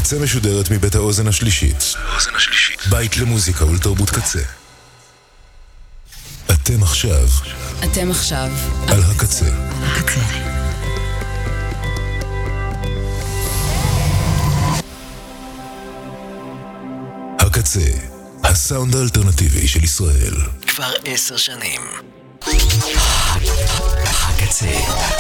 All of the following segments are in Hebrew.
הקצה משודרת מבית האוזן השלישית. בית למוזיקה ולתרבות קצה. אתם עכשיו על הקצה. הקצה, הסאונד האלטרנטיבי של ישראל. כבר 10 שנים. הקצה.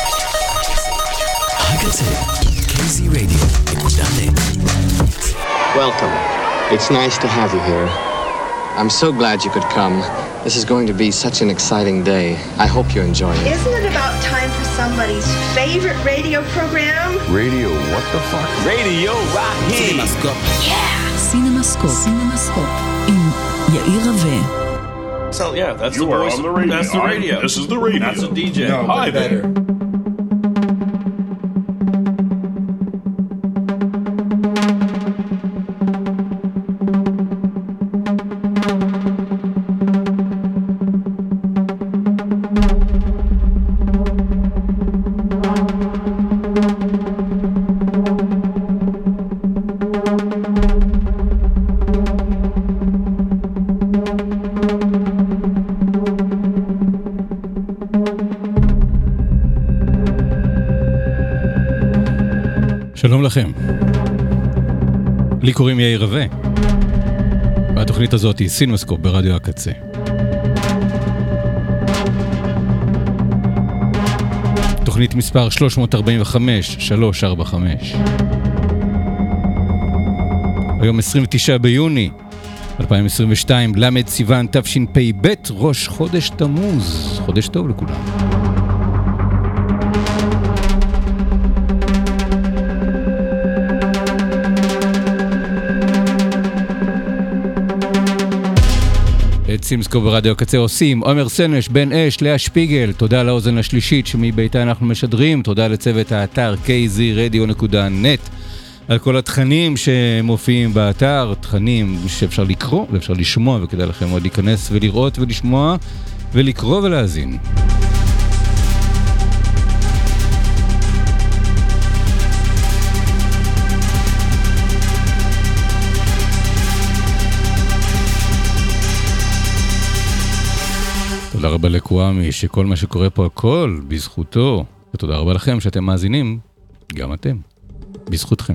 KZRadio.net. Welcome. It's nice to have you here. I'm so glad you could come. This is going to be such an exciting day. I hope you enjoy it. Isn't it about time for somebody's favorite radio program? Radio, what the fuck? Radio Rahi. CinemaScope. Yeah. CinemaScope. עם יאיר רווה. So yeah, that's You the are voice. on the radio. That's the radio. This is the radio. That's a DJ. No, Hi there. שלום לכם. לי קוראים יאיר רווה. והתוכנית הזאת היא CinemaScope ברדיו הקצה. תוכנית מספר 345. היום 29 ביוני 2022, למד סיוון תשפ"ב, ראש חודש תמוז. חודש טוב לכולם. את CinemaScope ברדיו הקצה עושים עומר סנש, בן אש, לאה שפיגל. תודה לאוזן השלישית שמביתה אנחנו משדרים. תודה לצוות האתר KZRadio.net על כל התכנים שמופיעים באתר, תכנים שאפשר לקרוא ואפשר לשמוע, וכדאי לכם עוד להיכנס ולראות ולשמוע ולקרוא ולהזין. תודה רבה לקוואמי, שכל מה שקורה פה הכל בזכותו, ותודה רבה לכם שאתם מאזינים, גם אתם, בזכותכם.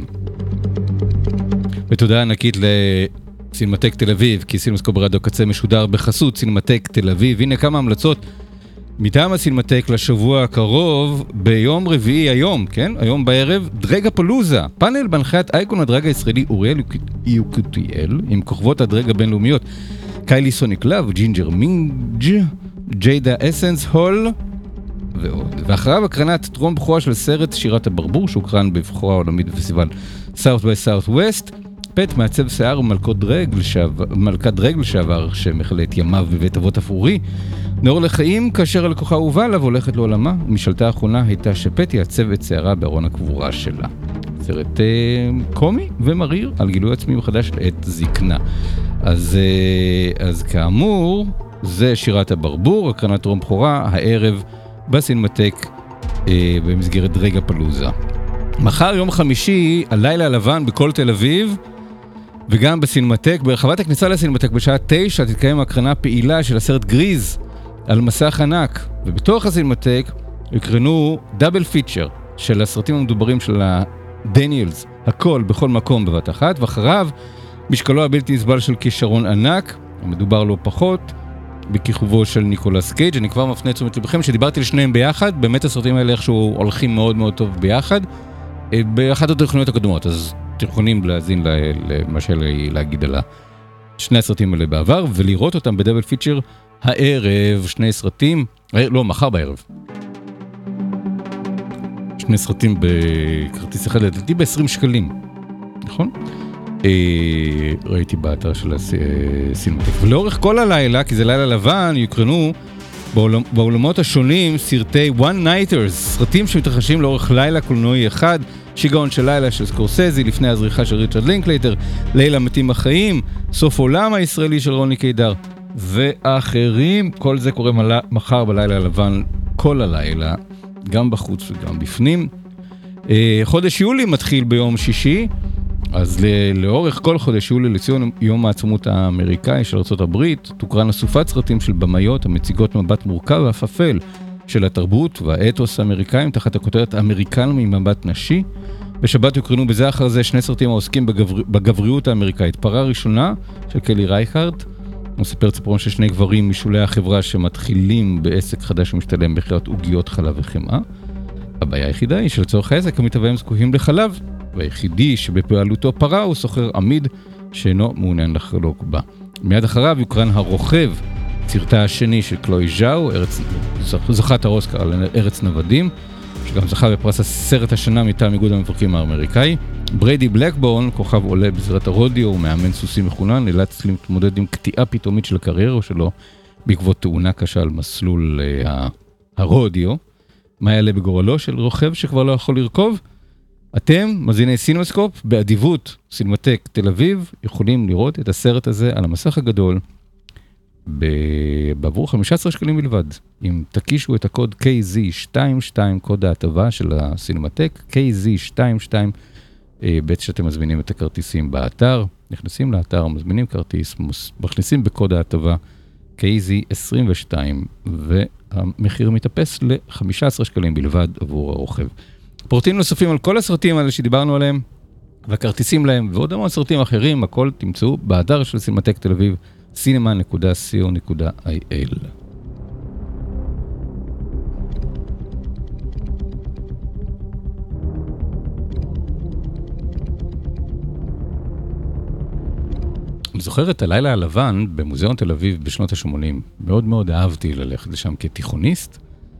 ותודה ענקית לסינמטק תל אביב, כי CinemaScope ברדיו הקצה משודר בחסות סינמטק תל אביב. הנה כמה המלצות מטעם הסינמטק לשבוע הקרוב, ביום רביעי היום, כן? היום בערב, דרגפלוזה, פאנל בהנחיית אייקון הדרג הישראלי אוריאל יקותיאל, עם כוכבות הדרג הבינלאומיות, קיילי סוניק לב, ג'ינג'ר מינג', ג'יידה אסנס הול ועוד. ואחריו הקרנת טרום בכורה של סרט שירת הברבור, שהוקרן בבכורה עולמית בפסטיבל South by Southwest. פט מעצב שיער ומלכת דרג לשעבר שמחלה את ימיו בבית אבות אפורי. נאור לחיים כאשר הלקוחה הובאה עליו הולכת לעולמה, ומשאלתה האחרונה הייתה שפט יעצב את שיערה בארון הקבורה שלה. סרט קומי ומריר על גילוי עצמי מחדש לעת זקנה. אז כאמור, זה שירת הברבור, הקרנת טרום בכורה, הערב בסינמטק במסגרת דרגפלוזה. מחר יום חמישי, הלילה הלבן בכל תל אביב, וגם בסינמטק, ברחבת הכניסה לסינמטק בשעה 9, תתקיים הקרנה פעילה של הסרט גריז על מסך ענק, ובתוך הסינמטק יקרנו דאבל פיצ'ר של הסרטים המדוברים של דניאלס, הכל בכל מקום בבת אחת, ואחריו משקלו הבלתי נסבל של כישרון ענק, המדובר לא פחות, בכיכובו של ניקולס קייג'. אני כבר מפנה תשומת לבכם שדיברתי לשניהם ביחד, באמת הסרטים האלה איכשהו הולכים מאוד מאוד טוב ביחד, באחת התוכניות הקודמות, אז אתם יכולים להזין למה שלי להגיד על שני הסרטים האלה בעבר, ולראות אותם בדאבל פיצ'ר הערב, שני סרטים, לא, מחר בערב. שני סרטים בכרטיס אחד, לדעתי ב-20 שקלים, נכון? ראיתי באתר של הסינמטק. ולאורך כל הלילה, כי זה לילה לבן, יוקרנו בעולמות השונים סרטי One Nighters, סרטים שמתרחשים לאורך לילה קולנועי אחד, שיגעון של לילה של סקורסזי, לפני הזריחה של ריצ'רד לינקלייטר, לילה מתים החיים, סוף עולם הישראלי של רוני קידר, ואחרים. כל זה קורה מחר בלילה הלבן, כל הלילה, גם בחוץ וגם בפנים. חודש יולי מתחיל ביום שישי, אז לאורך כל חודש יולי לציון יום העצמאות האמריקאי של ארצות הברית, תוקרן אסופת סרטים של במאיות המציגות מבט מורכב ואפל של התרבות והאתוס האמריקאים תחת הכותרת אמריקן ממבט נשי. בשבת יוקרנו בזה אחר זה שני סרטים העוסקים בגבריות האמריקאית. פרה ראשונה של קלי רייכרד, הוא סיפר ציפורון של שני גברים משולי החברה שמתחילים בעסק חדש ומשתלם בחירת עוגיות חלב וחמאה. הבעיה היחידה היא שלצורך העסק המתאבדים זקוקים לחלב, והיחידי שבפעלותו פרה הוא סוחר עמיד שאינו מעוניין לחלוק בה. מיד אחריו יוקרן הרוכב, סרטה השני של קלוי ז'או, זוכת האוסקר על ארץ נוודים, שגם זכה בפרס הסרט השנה מטעם איגוד המפרקים האמריקאי. בריידי בלקבורן, כוכב עולה בזירת הרודיו ומאמן סוסים מחונן, נאלץ להתמודד עם קטיעה פתאומית של הקריירה שלו בעקבות תאונה קשה על מסלול הרודיו. מה יעלה בגורלו של רוכב שכבר לא יכול לרכוב? אתם, מאזיני סינמסקופ, באדיבות סינמטק תל אביב, יכולים לראות את הסרט הזה על המסך הגדול בעבור 15 שקלים בלבד. אם תקישו את הקוד KZ22, קוד ההטבה של הסינמטק, KZ22, בעת שאתם מזמינים את הכרטיסים באתר, נכנסים לאתר, מזמינים כרטיס, מכניסים בקוד ההטבה KZ22, והמחיר מתאפס ל-15 שקלים בלבד עבור הרוכב. פרטים נוספים על כל הסרטים האלה שדיברנו עליהם, והכרטיסים להם, ועוד המון סרטים אחרים, הכל תמצאו באתר של סינמטק תל אביב, cinema.co.il. אני זוכר את הלילה הלבן במוזיאון תל אביב בשנות ה-80. מאוד מאוד אהבתי ללכת לשם כתיכוניסט.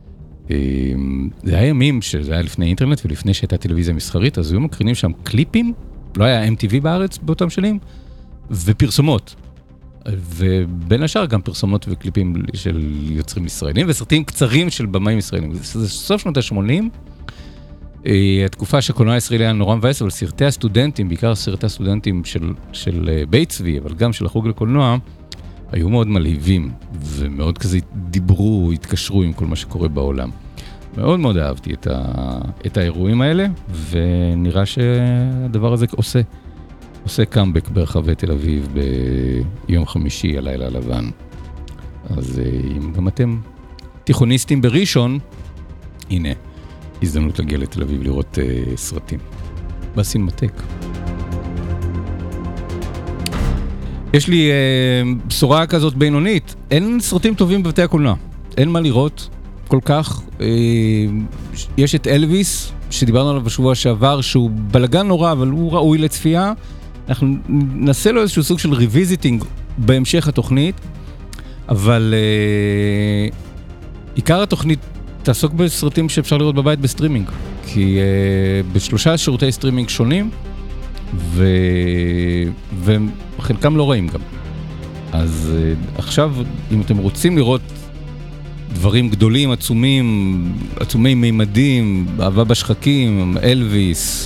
זה היה ימים שזה היה לפני אינטרנט ולפני שהייתה טלוויזיה מסחרית, אז היו מקרינים שם קליפים, לא היה MTV בארץ באותם שנים, ופרסומות. ובין השאר גם פרסומות וקליפים של יוצרים ישראלים, וסרטים קצרים של במאים ישראלים. זה סוף שנות ה-80, התקופה שהקולנוע הישראלי היה נורא מבאס, אבל סרטי הסטודנטים, בעיקר סרטי הסטודנטים של בית צבי, אבל גם של החוג לקולנוע, היו מאוד מלהיבים, ומאוד כזה דיברו, התקשרו עם כל מה שקורה בעולם. מאוד מאוד אהבתי את האירועים האלה, ונראה שהדבר הזה עושה קאמבק ברחבי תל אביב ביום חמישי, הלילה הלבן. אז אם גם אתם תיכוניסטים בראשון, הנה, הזדמנות להגיע לתל אביב לראות סרטים. בסינמטק. יש לי בשורה כזאת בינונית, אין סרטים טובים בבתי הקולנוע, אין מה לראות כל כך. יש את אלוויס, שדיברנו עליו בשבוע שעבר, שהוא בלגן נורא, אבל הוא ראוי לצפייה. אנחנו נעשה לו איזשהו סוג של ריוויזיטינג בהמשך התוכנית, אבל עיקר התוכנית תעסוק בסרטים שאפשר לראות בבית בסטרימינג, כי בשלושה שירותי סטרימינג שונים, וחלקם לא רעים גם. אז עכשיו, אם אתם רוצים לראות דברים גדולים, עצומי מימדים, אהבה בשחקים, אלוויס,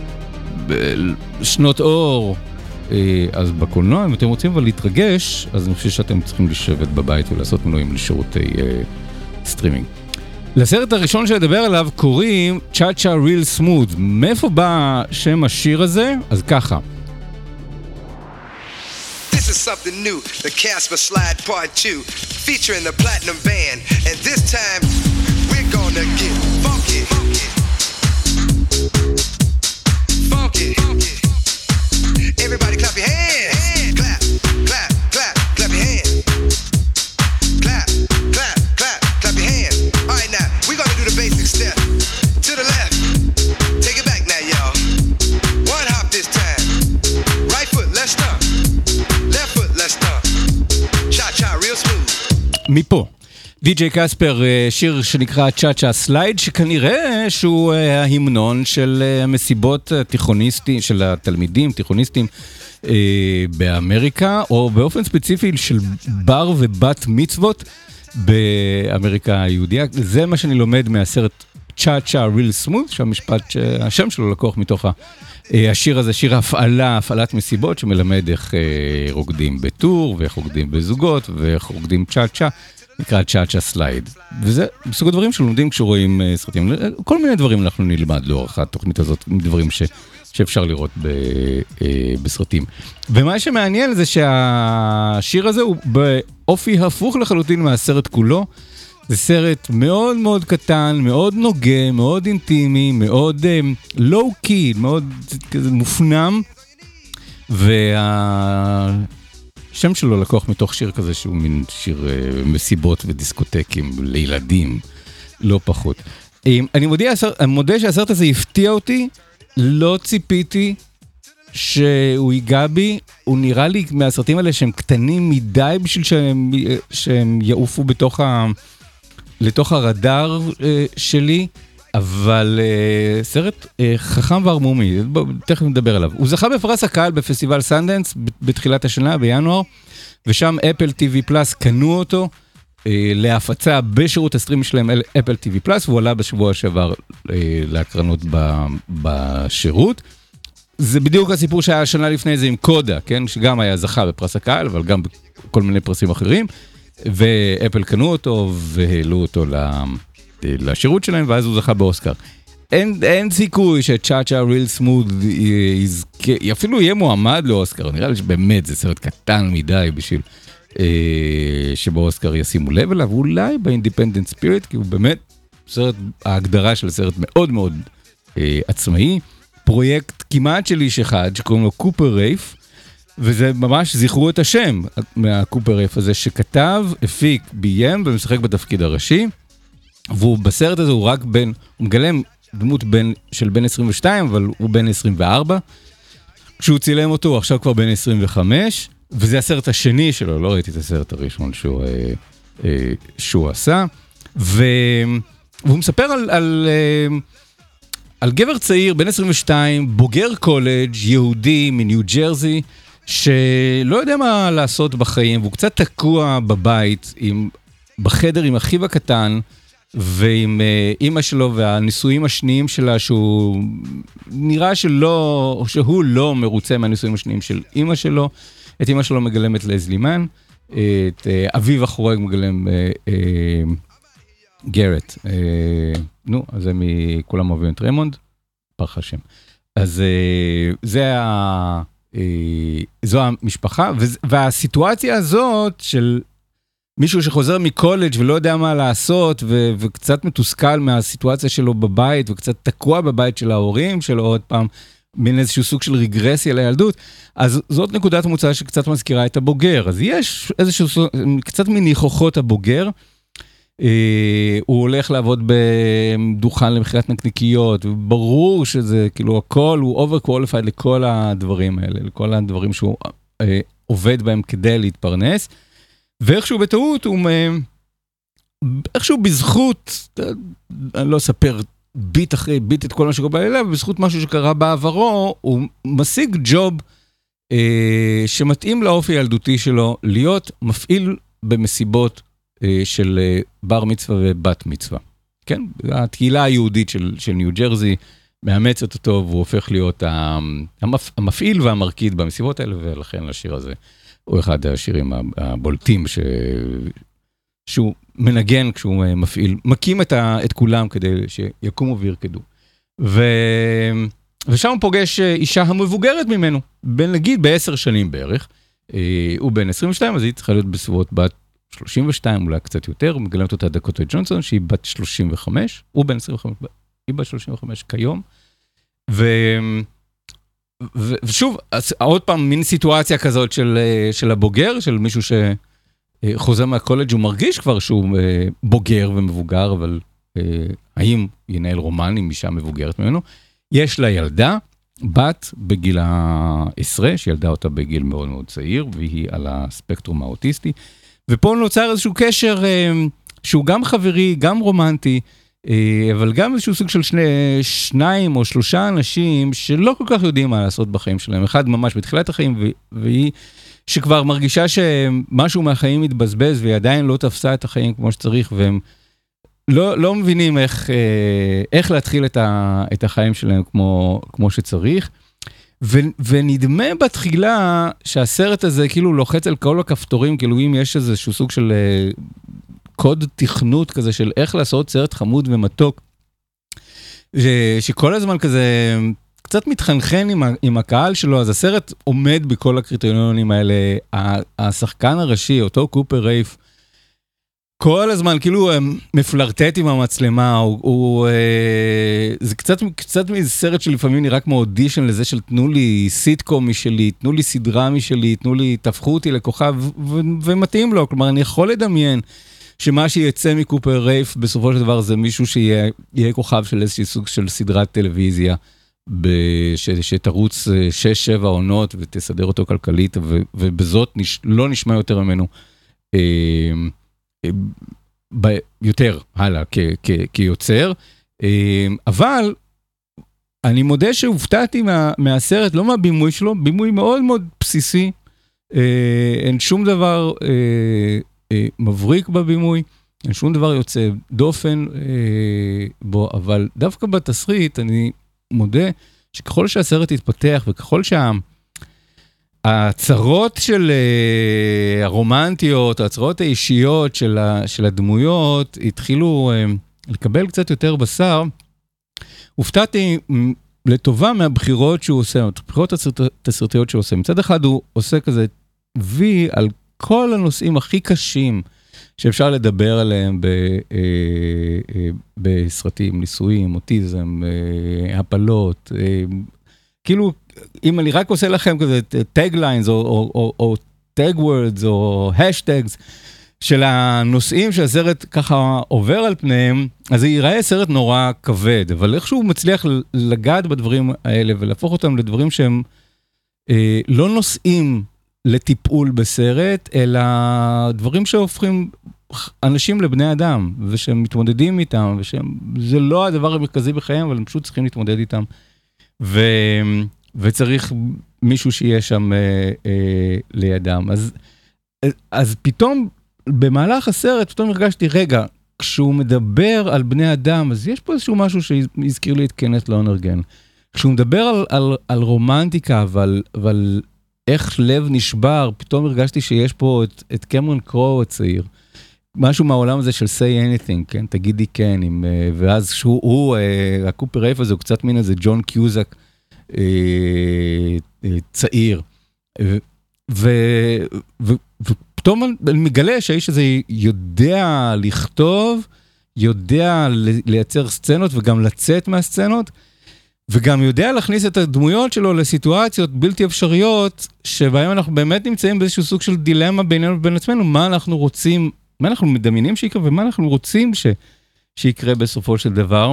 שנות אור, אז בקולנוע, אם אתם רוצים אבל להתרגש, אז אני חושב שאתם צריכים לשבת בבית ולעשות מנויים לשירותי סטרימינג. לסרט הראשון שדבר עליו קוראים צ'אצ'ה ריל סמוד. מאיפה בא שם השיר הזה? אז ככה. This is something new, the Casper Slide Part 2, featuring the Platinum Band, and this time we're gonna get funky. Funky. Everybody clap your hands. Clap, clap, clap, clap your hands. Clap, clap, clap, clap your hands. All right, now, we're gonna do the basic step. To the left. Take it back now, y'all. One hop this time. Right foot, let's stomp. Left foot, let's stomp. Cha-cha, real smooth. מפה. די.ג'יי קספר, שיר שנקרא צ'אצ'ה סלייד, שכנראה שהוא ההמנון של המסיבות התיכוניסטים, של התלמידים, תיכוניסטים באמריקה, או באופן ספציפי של בר ובת מצוות באמריקה היהודיה. זה מה שאני לומד מהסרט צ'אצ'ה ריל סמוד, שהשם שלו לקוח מתוך השיר הזה, שיר הפעלת מסיבות, שמלמד איך רוקדים בטור, ואיך רוקדים בזוגות, ואיך רוקדים צ'אצ'ה. נקרא צ'אצ'ה סלייד. וזה בסוג הדברים שלומדים כשרואים סרטים. כל מיני דברים אנחנו נלמד לאורך התוכנית הזאת, דברים שאפשר לראות בסרטים. ומה שמעניין זה שהשיר הזה הוא באופי הפוך לחלוטין מהסרט כולו. זה סרט מאוד מאוד קטן, מאוד נוגע, מאוד אינטימי, מאוד לואו-קי, מאוד כזה מופנם. והשם שלו לקוח מתוך שיר כזה שהוא מין שיר מסיבות ודיסקוטקים לילדים, לא פחות. אני מודה שהסרט הזה הפתיע אותי, לא ציפיתי שהוא ייגע בי, הוא נראה לי מהסרטים האלה שהם קטנים מדי בשביל שהם יעופו לתוך הרדאר שלי, אבל סרט חכם וערמומי, תכף נדבר עליו. הוא זכה בפרס הקהל בפסטיבל סנדנס בתחילת השנה, בינואר, ושם אפל TV פלאס קנו אותו להפצה בשירות הסטרים שלהם אפל TV פלאס, והוא עלה בשבוע שעבר להקרנות בשירות. זה בדיוק הסיפור שהיה השנה לפני זה עם קודה, כן? שגם היה זכה בפרס הקהל, אבל גם בכל מיני פרסים אחרים, ואפל קנו אותו והעלו אותו לשירות שלהם, ואז הוא זכה באוסקר. אין סיכוי שצ'אצ'ה ריל סמוד אפילו יהיה מועמד לאוסקר, נראה לי שבאמת זה סרט קטן מדי בשביל שבאוסקר ישימו לב אליו, אולי באינדיפנדנט ספיריט, כי הוא באמת ההגדרה של סרט מאוד מאוד עצמאי, פרויקט כמעט של איש אחד שקוראים לו קופר רייף, וזה ממש זכרו את השם מהקופר רייף הזה, שכתב, הפיק, ביים ומשחק בתפקיד הראשי, והוא בסרט הזה הוא רק הוא מגלם דמות של בן 22, אבל הוא בן 24, כשהוא צילם אותו הוא עכשיו כבר בן 25, וזה הסרט השני שלו, לא ראיתי את הסרט הראשון שהוא עשה, והוא מספר על גבר צעיר, בן 22, בוגר קולג' יהודי מניו ג'רזי, שלא יודע מה לעשות בחיים, והוא קצת תקוע בבית, בחדר עם אחיו הקטן, ועם אמא שלו והניסויים השניים שלה, שהוא נראה שהוא לא מרוצה מהניסויים השניים של אמא שלו. את אמא שלו מגלמת לזלימן, את אביו החורג מגלם גרט. אז זה מכולם אוהבים את ריימונד, פרח השם. אז זו המשפחה, והסיטואציה הזאת של מישהו שחוזר מקולג' ולא יודע מה לעשות, וקצת מתוסכל מהסיטואציה שלו בבית, וקצת תקוע בבית של ההורים שלו עוד פעם, מין איזשהו סוג של רגרסיה לילדות, אז זאת נקודת המוצא שקצת מזכירה את הבוגר. אז יש איזשהו קצת מניחוחות הבוגר, הוא הולך לעבוד בדוכן למכירת נקניקיות, וברור שזה כאילו הכל, הוא overqualified לכל הדברים האלה, לכל הדברים שהוא עובד בהם כדי להתפרנס, ואיכשהו בטעות, איכשהו בזכות, אני לא אספר ביט אחרי ביט את כל מה שקורה אליו, ובזכות משהו שקרה בעברו, הוא משיג ג'וב שמתאים לאופי הילדותי שלו, להיות מפעיל במסיבות של בר מצווה ובת מצווה. כן? התהילה היהודית של ניו ג'רזי מאמצת אותו, והוא הופך להיות המפעיל והמרקיד במסיבות האלה, ולכן השיר הזה הוא אחד השירים הבולטים שהוא מנגן כשהוא מפעיל, מקים את כולם כדי שיקומו וירקדו. ושם הוא פוגש אישה המבוגרת ממנו, נגיד ב10 שנים בערך, הוא בן 22, אז היא צריכה להיות בסביבות בת 32, אולי קצת יותר, הוא מגלמת אותה דקוטה ג'ונסון, שהיא בת 35, הוא בן 25, היא בת 35 כיום, ושוב, עוד פעם, מין סיטואציה כזאת של הבוגר, של מישהו שחוזר מהקולג' הוא מרגיש כבר שהוא בוגר ומבוגר, אבל האם ינהל רומן עם אישה מבוגרת ממנו? יש לה ילדה, בת בגיל ה-10, שילדה אותה בגיל מאוד מאוד צעיר, והיא על הספקטרום האוטיסטי, ופה נוצר איזשהו קשר שהוא גם חברי, גם רומנטי, אבל גם איזשהו סוג של 2 או 3 אנשים שלא כל כך יודעים מה לעשות בחיים שלהם. אחד ממש בתחילת החיים, והיא שכבר מרגישה שמשהו מהחיים מתבזבז, והיא עדיין לא תפסה את החיים כמו שצריך, והם לא מבינים איך להתחיל את החיים שלהם כמו שצריך. ונדמה בתחילה שהסרט הזה כאילו לוחץ על כל הכפתורים, כאילו אם יש איזשהו סוג של קוד תכנות כזה של איך לעשות סרט חמוד ומתוק, שכל הזמן כזה קצת מתחנחן עם הקהל שלו, אז הסרט עומד בכל הקריטריונים האלה. השחקן הראשי, אותו קופר רייף, כל הזמן כאילו מפלרטט עם המצלמה, זה קצת מאיזה סרט שלפעמים נראה כמו אודישן לזה של תנו לי סיטקום משלי, תנו לי סדרה משלי, תפכו אותי לכוכב, ומתאים לו. כלומר, אני יכול לדמיין שמה שיצא מקופר רייף בסופו של דבר זה מישהו שיהיה כוכב של איזושהי סוג של סדרת טלוויזיה, שתרוץ 6-7 עונות ותסדר אותו כלכלית, ובזאת לא נשמע יותר ממנו יותר הלאה כיוצר. אבל אני מודה שהופתעתי מהסרט, לא מהבימוי שלו, בימוי מאוד מאוד בסיסי, אין שום דבר מבריק בבימוי, אין שום דבר יוצא דופן בו, אבל דווקא בתסריט אני מודה שככל שהסרט יתפתח וככל הצרות של הרומנטיות, הצרות האישיות של הדמויות התחילו לקבל קצת יותר בשר, הופתעתי לטובה מהבחירות שהוא עושה, הבחירות התסריטיות שהוא עושה. מצד אחד הוא עושה כזה וי על כל הנושאים הכי קשים שאפשר לדבר עליהם בסרטים, ניסויים, אוטיזם, הפלות, כאילו, אם אני רק עושה לכם כזה טאגליינס או טאגוורדס או השטגס של הנושאים שהסרט ככה עובר על פניהם, אז זה ייראה סרט נורא כבד, אבל איכשהו הוא מצליח לגעת בדברים האלה ולהפוך אותם לדברים שהם לא נושאים לטיפול בסרט, אלא דברים שהופכים אנשים לבני אדם, ושהם מתמודדים איתם, וזה לא הדבר המרכזי בחיים, אבל הם פשוט צריכים להתמודד איתם. וצריך מישהו שיהיה שם לידם. אז פתאום, במהלך הסרט, פתאום הרגשתי, רגע, כשהוא מדבר על בני אדם, אז יש פה איזשהו משהו שהזכיר לי את קנת לונרגן. כשהוא מדבר על רומנטיקה, אבל איך לב נשבר, פתאום הרגשתי שיש פה את קמרון קרו הצעיר. משהו מהעולם הזה של say anything, כן? תגידי כן, ואז שהוא, הקופר רייף הזה, הוא קצת מין איזה ג'ון קיוזק צעיר. ופתאום אני מגלה שהאיש הזה יודע לכתוב, יודע לייצר סצנות וגם לצאת מהסצנות, וגם יודע להכניס את הדמויות שלו לסיטואציות בלתי אפשריות, שבהם אנחנו באמת נמצאים באיזשהו סוג של דילמה בינינו ובין עצמנו, מה אנחנו רוצים, מה אנחנו מדמיינים שיקרה, ומה אנחנו רוצים שיקרה בסופו של דבר.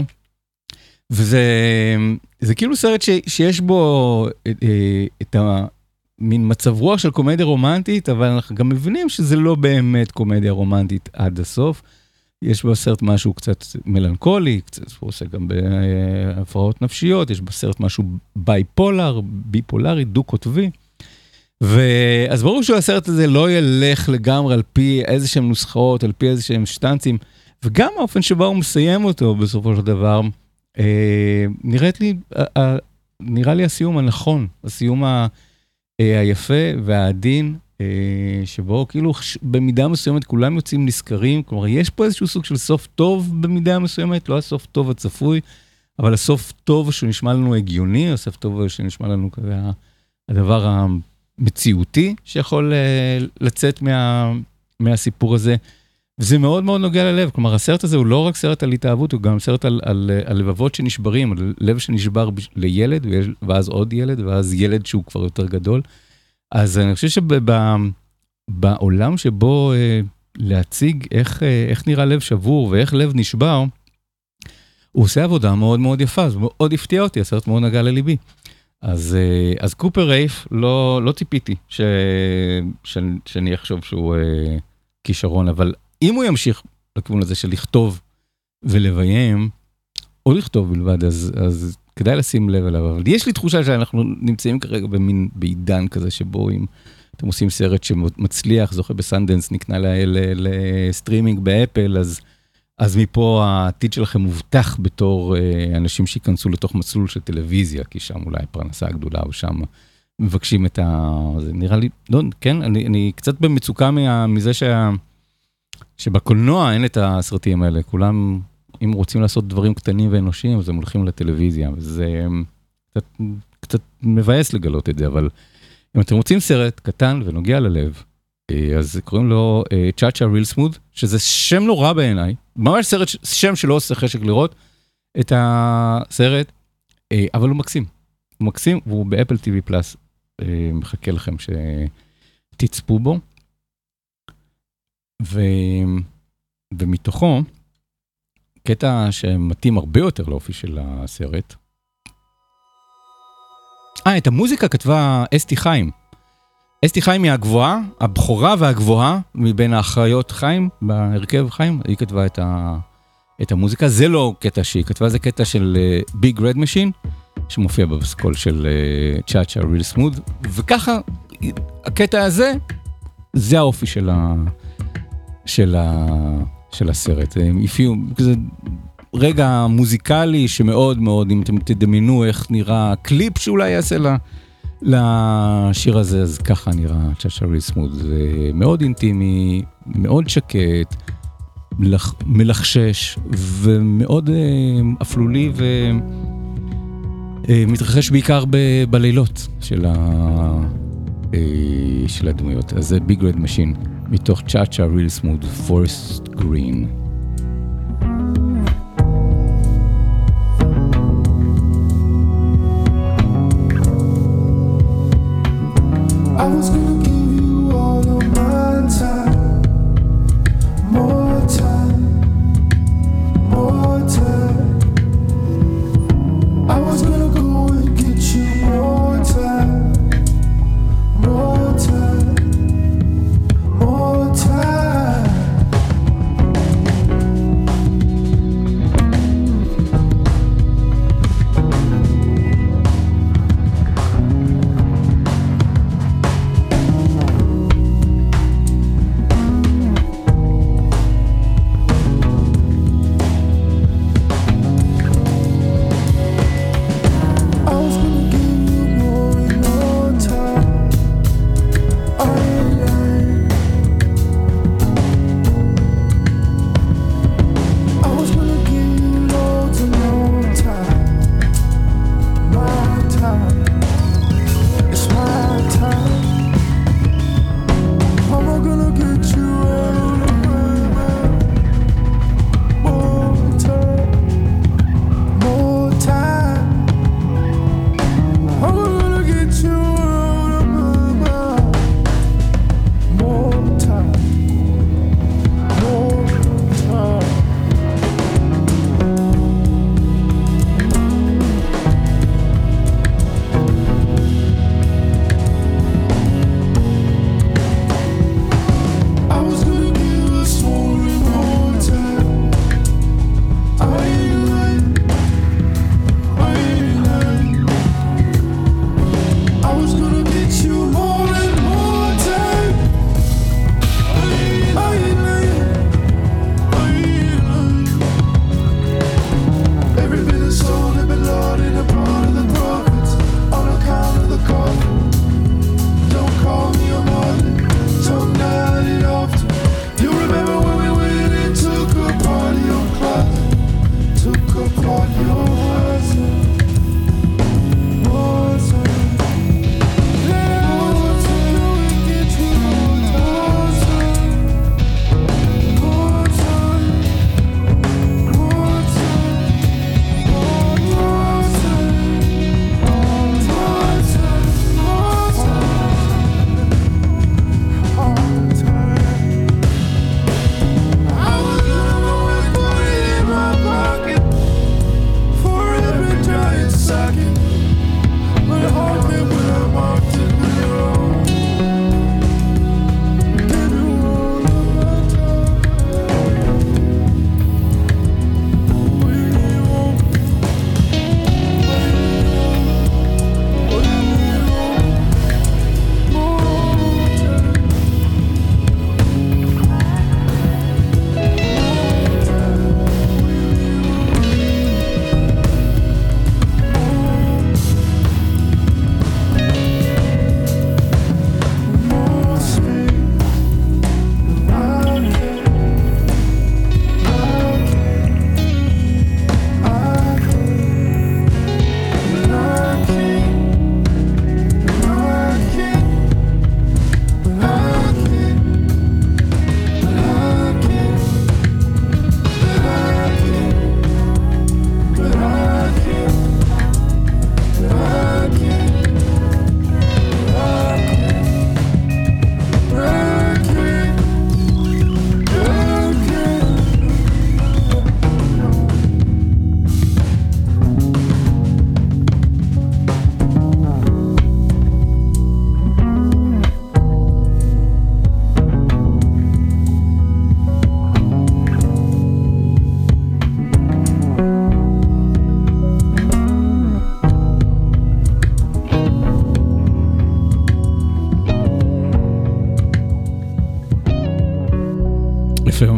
וזה כאילו סרט שיש בו את המין מצב רוח של קומדיה רומנטית, אבל אנחנו גם מבינים שזה לא באמת קומדיה רומנטית עד הסוף. יש בסרט משהו קצת מלנכולי, הוא עושה גם בהפרעות נפשיות, יש בסרט משהו ביפולרי, דו-קוטבי. אז ברור שהסרט הזה לא ילך לגמרי על פי איזה שהם נוסחאות, על פי איזה שהם שטנצים, וגם האופן שבו הוא מסיים אותו בסופו של דבר, נראה לי הסיום הנכון, הסיום היפה והעדין, שבו כאילו במידה מסוימת כולם יוצאים נזכרים, כלומר יש פה איזשהו סוג של סוף טוב במידה מסוימת, לא הסוף טוב הצפוי, אבל הסוף טוב שנשמע לנו הגיוני, הסוף טוב שנשמע לנו כזה הדבר המציאותי שיכול לצאת מהסיפור הזה, וזה מאוד מאוד נוגע ללב. כלומר הסרט הזה הוא לא רק סרט על התאהבות, הוא גם סרט על לבבות שנשברים, על לב שנשבר לילד, ואז עוד ילד, ואז ילד שהוא כבר יותר גדול. אז אני חושב שבעולם שבו להציג איך נראה לב שבור ואיך לב נשבר, הוא עושה עבודה מאוד מאוד יפה, זה מאוד הפתיע אותי, הסרט מאוד נגע לליבי. אז קופר רייף לא ציפיתי שאני אחשוב שהוא כישרון, אבל אם הוא ימשיך לכיוון הזה של לכתוב ולביים, או לכתוב בלבד, אז כדאי לשים לב אליו. אבל יש לי תחושה שאנחנו נמצאים כרגע במין בעידן כזה, שבו אם אתם עושים סרט שמצליח, זוכה בסנדנס, נקנה לסטרימינג באפל, אז מפה העתיד שלכם מובטח בתור אנשים שיכנסו לתוך מסלול של טלוויזיה, כי שם אולי פרנסה גדולה, או שם מבקשים את זה נראה לי, לא, כן, אני קצת במצוקה מזה שבקולנוע אין את הסרטים האלה, כולם, אם רוצים לעשות דברים קטנים ואנושיים, אז הם הולכים לטלוויזיה, וזה קצת מבאס לגלות את זה, אבל אם אתם רוצים סרט קטן ונוגע ללב, אז קוראים לו צ'אצ'ה ריל סמוד, שזה שם לא רע בעיניי, ממש סרט, שם שלא עושה חשק לראות את הסרט, אבל הוא מקסים. הוא מקסים, והוא באפל TV פלאס, מחכה לכם שתצפו בו. ומתוכו, קטע שמתאים הרבה יותר לאופי של הסרט. את המוזיקה כתבה אסתי חיים. אסתי חיים היא הגבוהה, הבכורה והגבוהה מבין האחריות חיים, בהרכב חיים, היא כתבה את המוזיקה. זה לא קטע שהיא כתבה, זה קטע של ביג רד משין, שמופיע בפסקול של צ'אצ'ה ריל סמוד, וככה, הקטע הזה, זה האופי של הסרט. זה רגע מוזיקלי שמאוד מאוד, אם אתם תדמיינו איך נראה קליפ שאולי יעשה לשיר הזה, אז ככה נראה צ'אצ'ה ריל סמוד. זה מאוד אינטימי, מאוד שקט, מלחשש, ומאוד אפלולי מתרחש בעיקר בלילות של הדמויות. אז זה ביג רד משין, מתוך צ'אצ'ה ריל סמוד, פורסט גרין. I was gonna give you all of my time, more time, more time. I was gonna go and get you more time, more time, more time.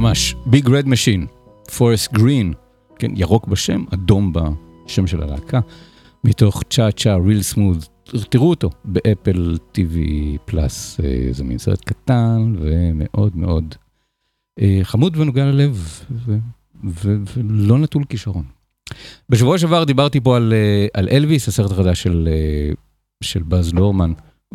ממש, Big Red Machine, Forest Green, כן, ירוק בשם, אדום בשם של הלהקה, מתוך צ'ה-צ'ה, Real Smooth, תראו אותו באפל TV פלאס, זה מין סרט קטן ומאוד מאוד חמוד ונוגע ללב, ולא נטול כישרון. בשבוע שעבר דיברתי פה על אלוויס, הסרט החדש של באז לורמן,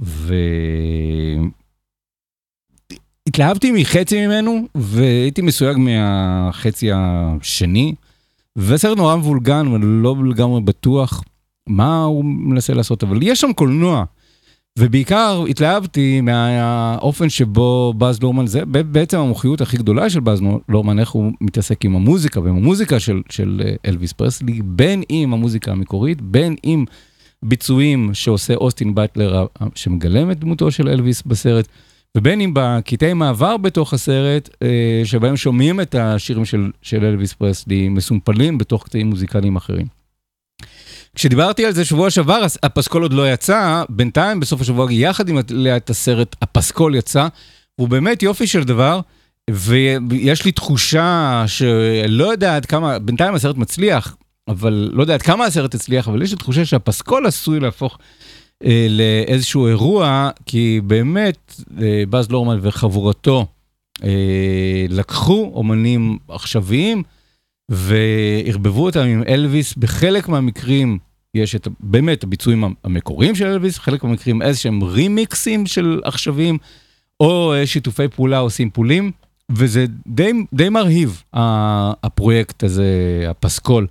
התלהבתי מחצי ממנו, והייתי מסויג מהחצי השני, והסרט נורא מבולגן, ולא לגמרי בטוח מה הוא מנסה לעשות, אבל יש שם קולנוע, ובעיקר התלהבתי מהאופן שבו באז לורמן, זה בעצם המומחיות הכי גדולה של באז לורמן, איך הוא מתעסק עם המוזיקה, ועם המוזיקה של אלוויס פרסלי, בין עם המוזיקה המקורית, בין עם ביצועים שעושה אוסטין באטלר, שמגלם את דמותו של אלוויס בסרט, ובין אם בקטעי מעבר בתוך הסרט, שבהם שומעים את השירים של אלוויס פרסלי, מסומפלים בתוך קטעים מוזיקליים אחרים. כשדיברתי על זה שבוע שעבר, הפסקול עוד לא יצא, בינתיים בסוף השבוע, יחד עם את הסרט, הפסקול יצא, והוא באמת יופי של דבר, ויש לי תחושה שלא יודע עד כמה, בינתיים הסרט מצליח, אבל לא יודע עד כמה הסרט הצליח, אבל יש לי תחושה שהפסקול עשוי להפוך לאיזשהו אירוע, כי באמת באז לורמן וחבורתו לקחו אומנים עכשוויים, והרבבו אותם עם אלוויס. בחלק מהמקרים יש באמת הביצועים המקוריים של אלוויס, בחלק מהמקרים איזשהם רימיקסים של עכשוויים, או שיתופי פעולה או סימפולים, וזה די מרהיב, הפרויקט הזה, הפסקול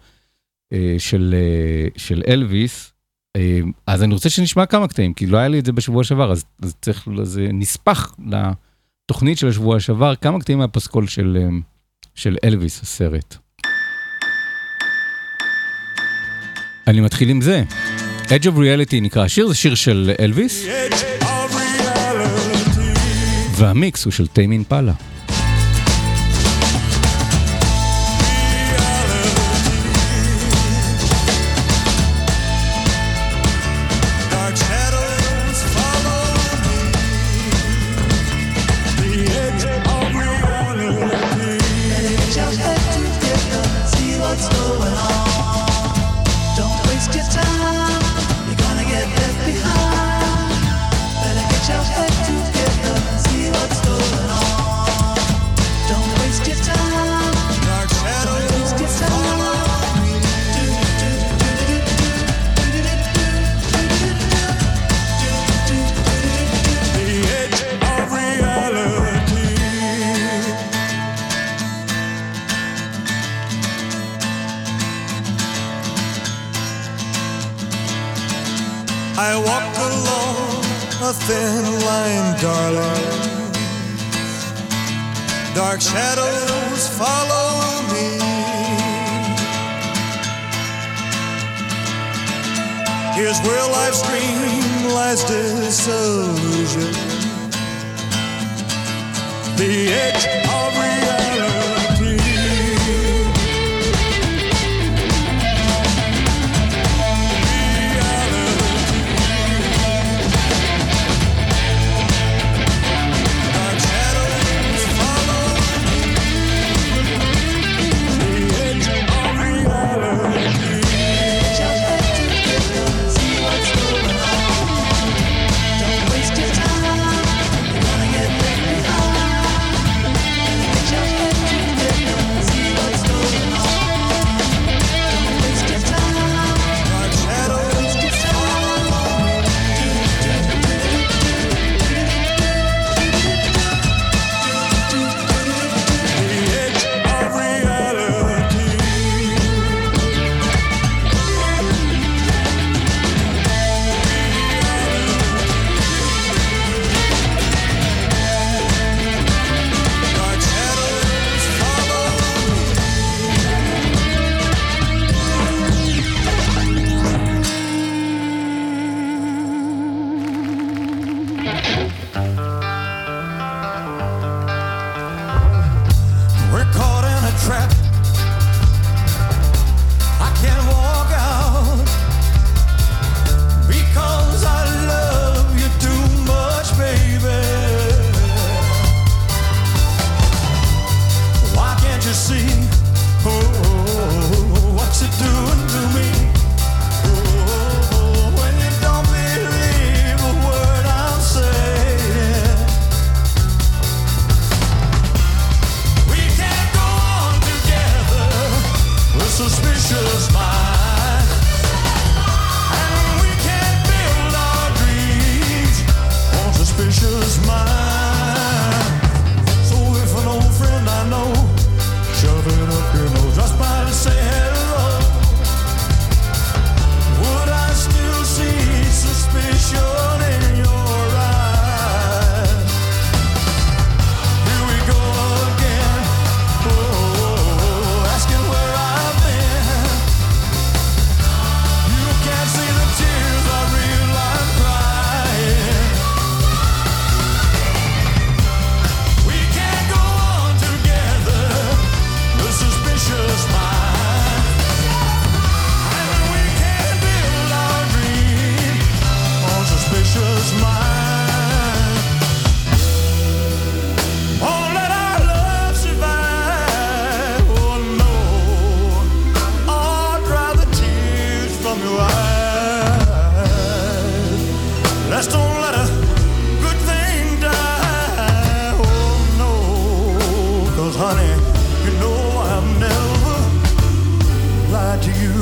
של אלוויס. אז אני רוצה שנשמע כמה קטעים, כי לא היה לי את זה בשבוע שעבר, אז צריך, זה נספח לתוכנית של השבוע שעבר, כמה קטעים מהפסקול של אלוויס, הסרט. אני מתחיל עם זה. Edge of Reality נקרא השיר, זה שיר של אלוויס, והמיקס הוא של טיימי אימפלה. I walk along a thin line, darling. Dark shadows follow me. Here's where life's dream lies disillusion. The edge of reality. Don't waste your time, you're gonna get left behind. was mine. Oh, let our love survive. Oh no, oh, dry the tears from your eyes. Let's don't let a good thing die. Oh no, 'cause honey, you know I've never lied to you.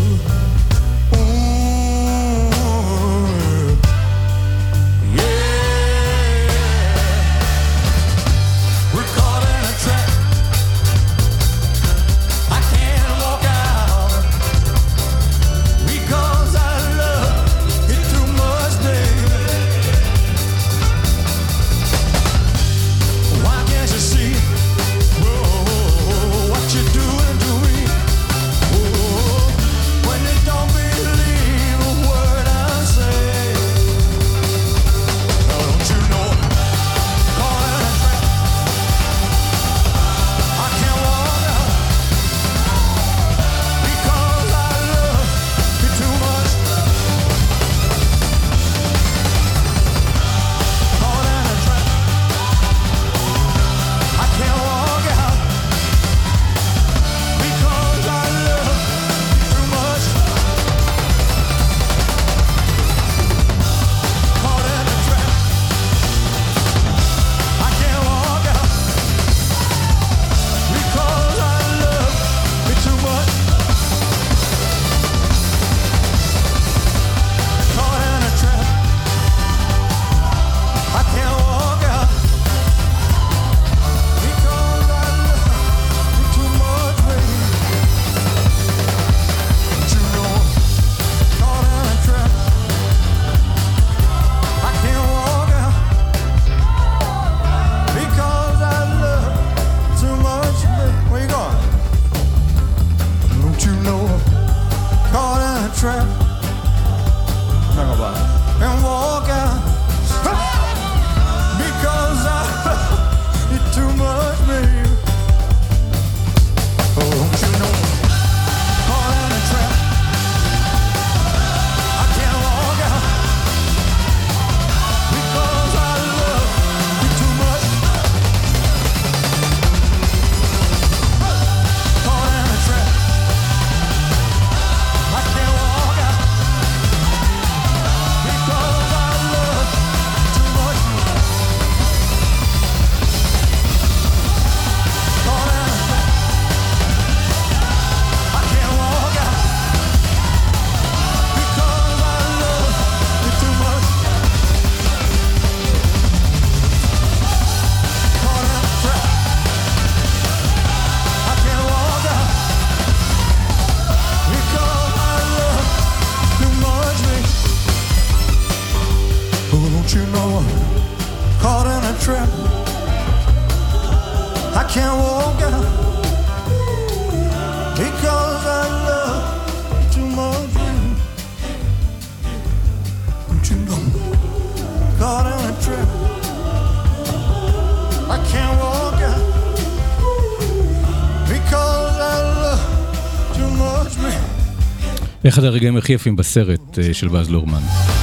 אחד הרגעים הכי יפים בסרט של באז לורמן.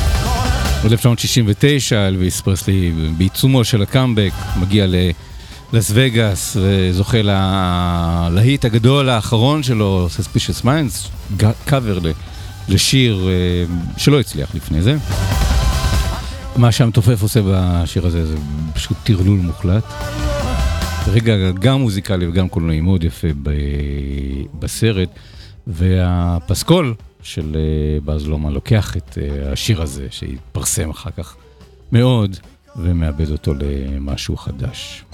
1969, אלוויס פרסלי בעיצומו של הקאמבק מגיע ללאס וגאס וזוכה להיט הגדול האחרון שלו, Suspicious Minds, קאבר לשיר שלא הצליח לפני זה. מה שהמתופף עושה בשיר הזה זה פשוט טרלול מוחלט. רגע גם מוזיקלי וגם קולנועי מאוד יפה בסרט, והפסקול של באז לורמן לוקח את השיר הזה שהתפרסם אחר כך מאוד ומאבד אותו למשהו חדש.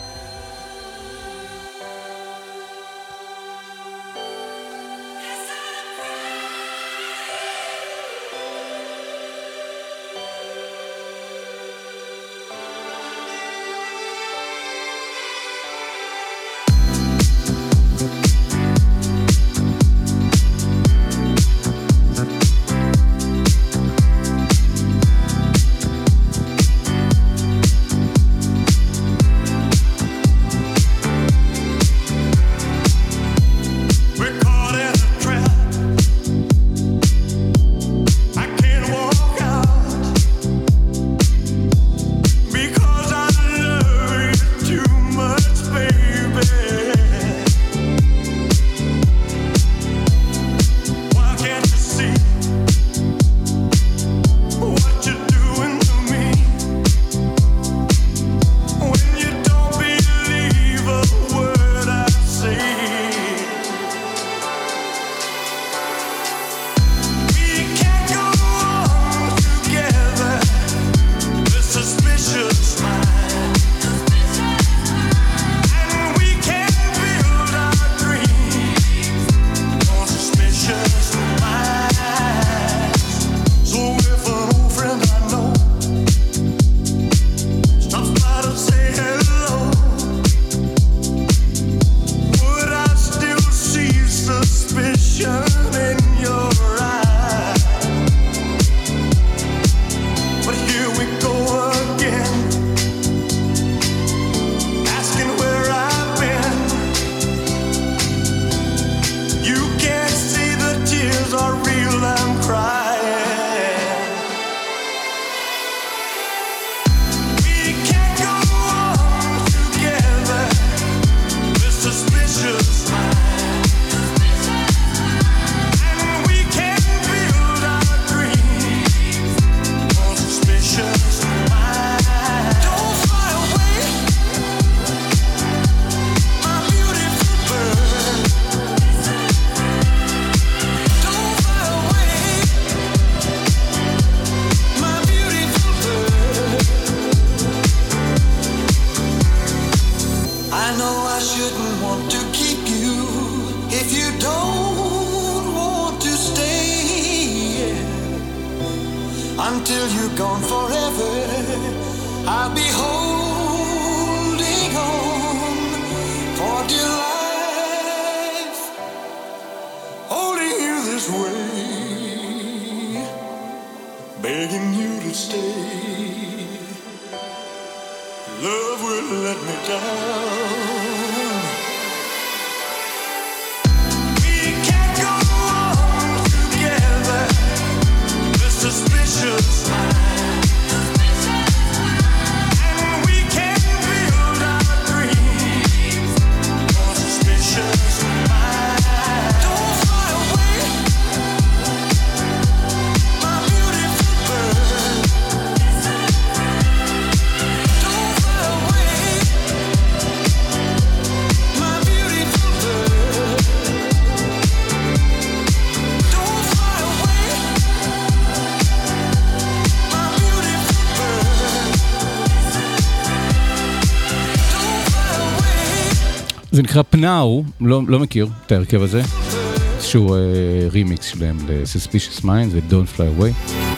you're gone forever, I'll be holding on for dear life, holding you this way, begging you to stay. Love will let me down. We can't go on together, the suspicious mind. And we can't build our dreams on suspicious mind. Don't fly away, my beautiful bird. Don't fly away, my beautiful bird. Don't fly away, my beautiful bird. Don't fly away. זה נקרא פנאו, לא מכיר את ההרכב הזה, שהוא רימיקס שלהם ל-Suspicious Minds ו-Don't Fly Away.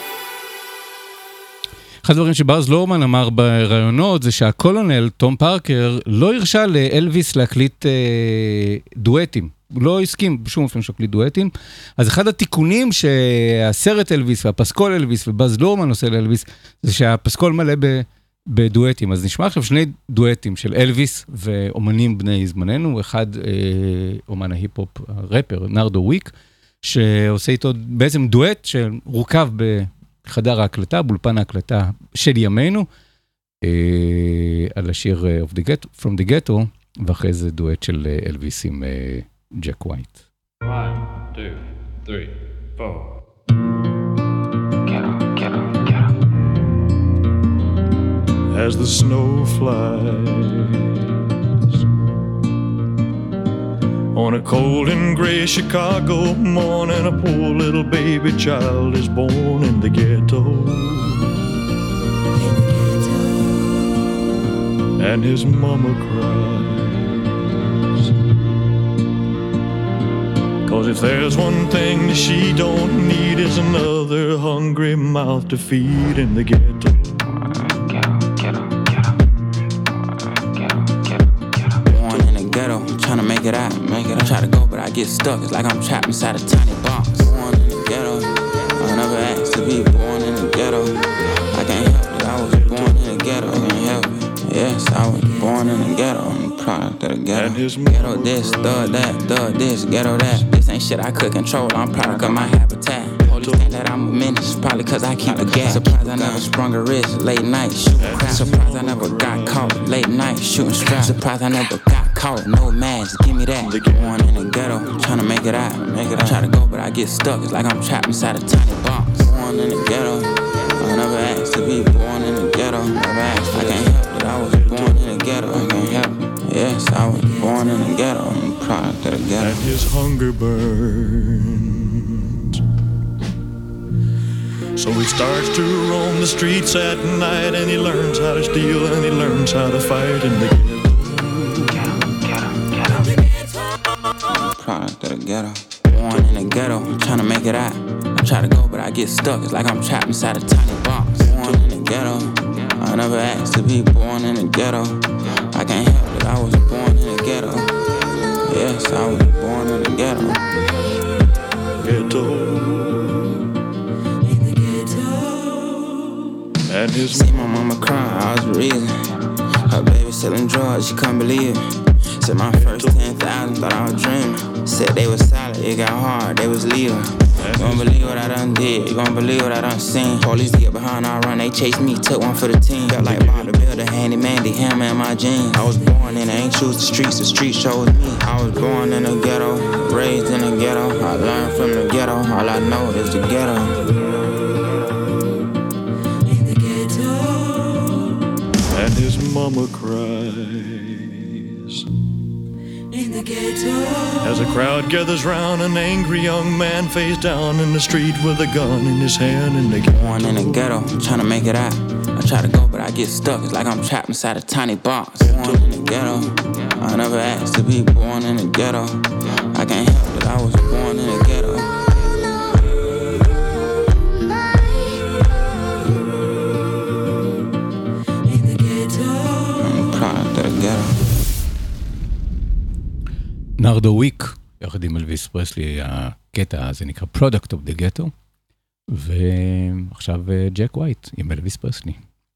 אחד הדברים שבאז לורמן אמר ברעיונות זה שהקולונל, תום פארקר, לא הרשה לאלוויס להקליט דואטים. הוא לא הסכים בשום אופן להקליט דואטים. אז אחד התיקונים שהסרט אלוויס והפסקול אלוויס ובאז לורמן עושה לאלוויס, זה שהפסקול מלא בדואטים. אז נשמע עכשיו שני דואטים של אלוויס ואומנים בני זמננו. אחד אומן ההיפ-הופ, הרפר, נרדו וויק, שעושה איתו בעצם דואט שרוכב בחדר ההקלטה, באולפן ההקלטה של ימינו, על השיר From the Ghetto, ואחרי זה דואט של אלוויס עם ג'ק ווייט. 1, 2, 3, 4. As the snow flies on a cold and gray Chicago morning, a poor little baby child is born in the ghetto. And his mama cries, 'cause if there's one thing that she don't need is another hungry mouth to feed in the ghetto. Trying to make it out. I try to go, but I get stuck. It's like I'm trapped inside a tiny box. Born in the ghetto. I never asked to be born in the ghetto. I can't help it. I was born in the ghetto. I can't help it. Yes, I was born in the ghetto. I'm a product of the ghetto. Ghetto this, thug this, ghetto that. This ain't shit I could control. I'm product of my habitat. Police think that I'm a menace, probably 'cause I keep a gas. Surprised I never sprung a wrist, late night shooting crap. Surprised I never got caught, late night shooting straps. Surprised I never got caught, no mask, give me that. Born in the ghetto, trying to make it out. I try to go, but I get stuck. It's like I'm trapped inside a tiny box. Born in the ghetto, I never asked to be born in the ghetto. I can't help it, I was born in the ghetto. I can't help it. Yes, I was born in the ghetto. I'm a product of the ghetto. And his hunger burns, so he starts to roam the streets at night, and he learns how to steal, and he learns how to fight in the ghetto. Product of the ghetto. Born in the ghetto, trying to make it out. I try to go, but I get stuck. It's like I'm trapped inside a tiny box. Born in the ghetto. I never asked to be born in the ghetto. I can't help it. I was born in the ghetto. Yes, I was born in the ghetto. Ghetto. And his see my mama cry, I was the reason. Her baby selling drugs, she couldn't believe it. Said my first 10,000, thought I was dreaming. Said they was solid, it got hard, they was leaving. You gon' believe what I done did, you gon' believe what I done seen. Police get behind, I run, they chase me, took one for the team. Felt like Bob the Builder, handyman, the hammer in my jeans. I was born in, I ain't choose the streets chose me. I was born in the ghetto, raised in the ghetto. I learned from the ghetto, all I know is the ghetto. And his mama cries in the ghetto. As a crowd gathers round, an angry young man face down in the street with a gun in his hand in the ghetto. Born in the ghetto, trying to make it out. I try to go, but I get stuck. It's like I'm trapped inside a tiny box. Born in the ghetto. I never asked to be born in the ghetto. I can't help it. I was born in the ghetto. ליאונרדו וויק, יחד עם אלוויס פרסלי, הקטע הזה נקרא Product of the Ghetto, ועכשיו ג'ק ווייט עם אלוויס פרסלי.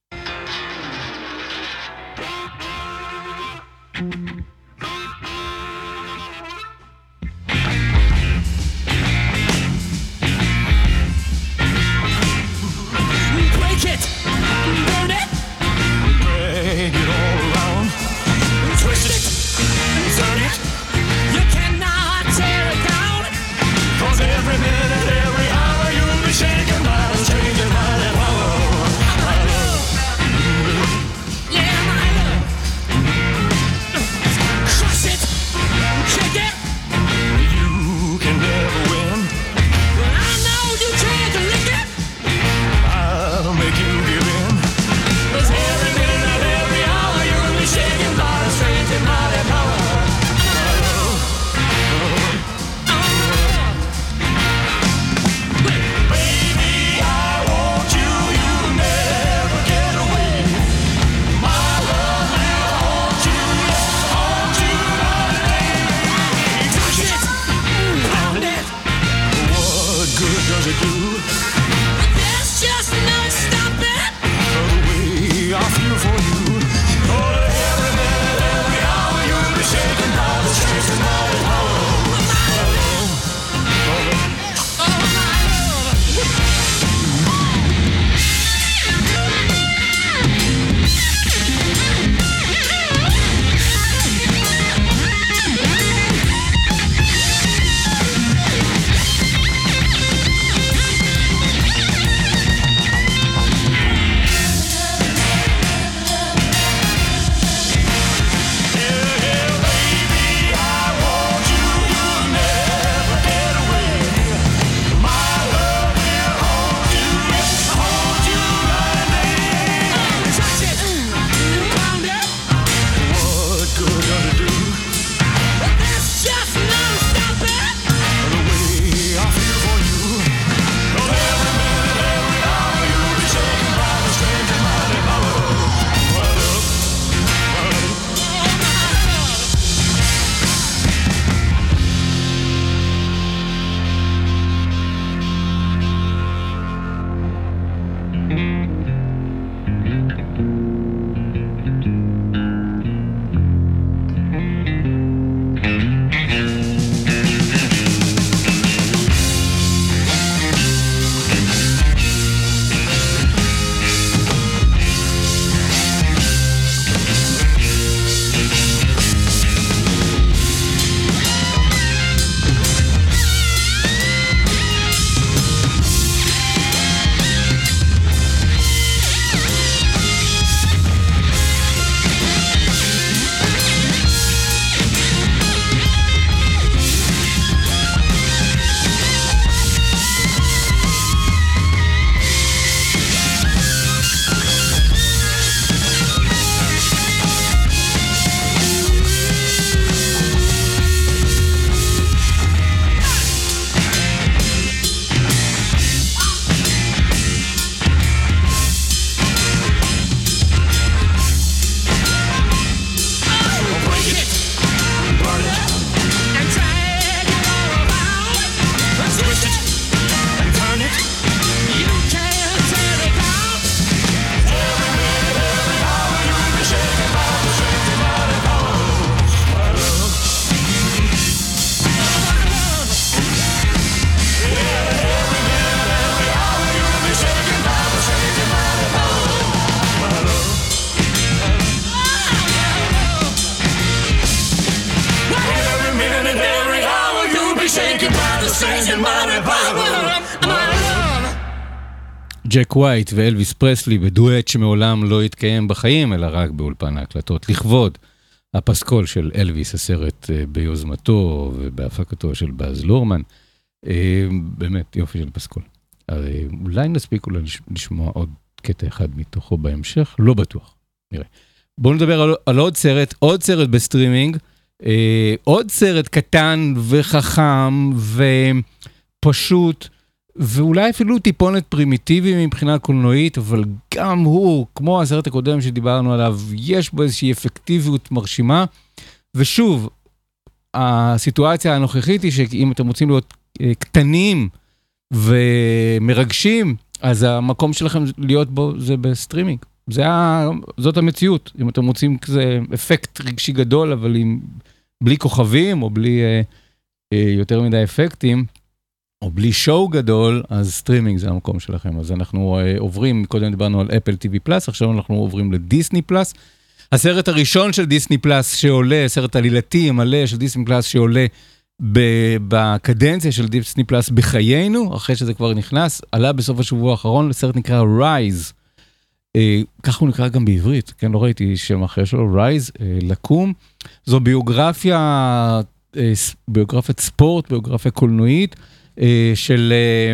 ג'ק ווייט ואלוויס פרסלי בדואט שמעולם לא התקיים בחיים, אלא רק באולפן ההקלטות, לכבוד הפסקול של אלוויס, הסרט ביוזמתו ובהפקתו של באז לורמן. באמת יופי של פסקול. אולי נספיק אולי לשמוע עוד קטע אחד מתוכו בהמשך, לא בטוח, נראה. בואו נדבר על עוד סרט בסטרימינג, עוד סרט קטן וחכם ופשוט, ואולי אפילו טיפונת פרימיטיבי מבחינה קולנועית, אבל גם הוא, כמו הסרט הקודם שדיברנו עליו, יש בו איזושהי אפקטיביות מרשימה, ושוב, הסיטואציה הנוכחית היא שאם אתם רוצים להיות קטנים ומרגשים, אז המקום שלכם להיות בו זה בסטרימינג. זאת המציאות. אם אתם רוצים כזה אפקט רגשי גדול, אבל בלי כוכבים או בלי יותר מדי אפקטים, או בלי שואו גדול, אז סטרימינג זה המקום שלכם. אז אנחנו עוברים, קודם דיברנו על אפל TV פלאס, עכשיו אנחנו עוברים לדיסני פלאס. הסרט הראשון של דיסני פלאס שעולה, הסרט עלילתי מלא של דיסני פלאס שעולה בקדנציה של דיסני פלאס בחיינו, אחרי שזה כבר נכנס, עלה בסוף השבוע האחרון לסרט נקרא Rise. כך הוא נקרא גם בעברית, כן, לא ראיתי שם אחר שלו, Rise, לקום. זו ביוגרפיית ספורט, ביוגרפיה קולנועית, של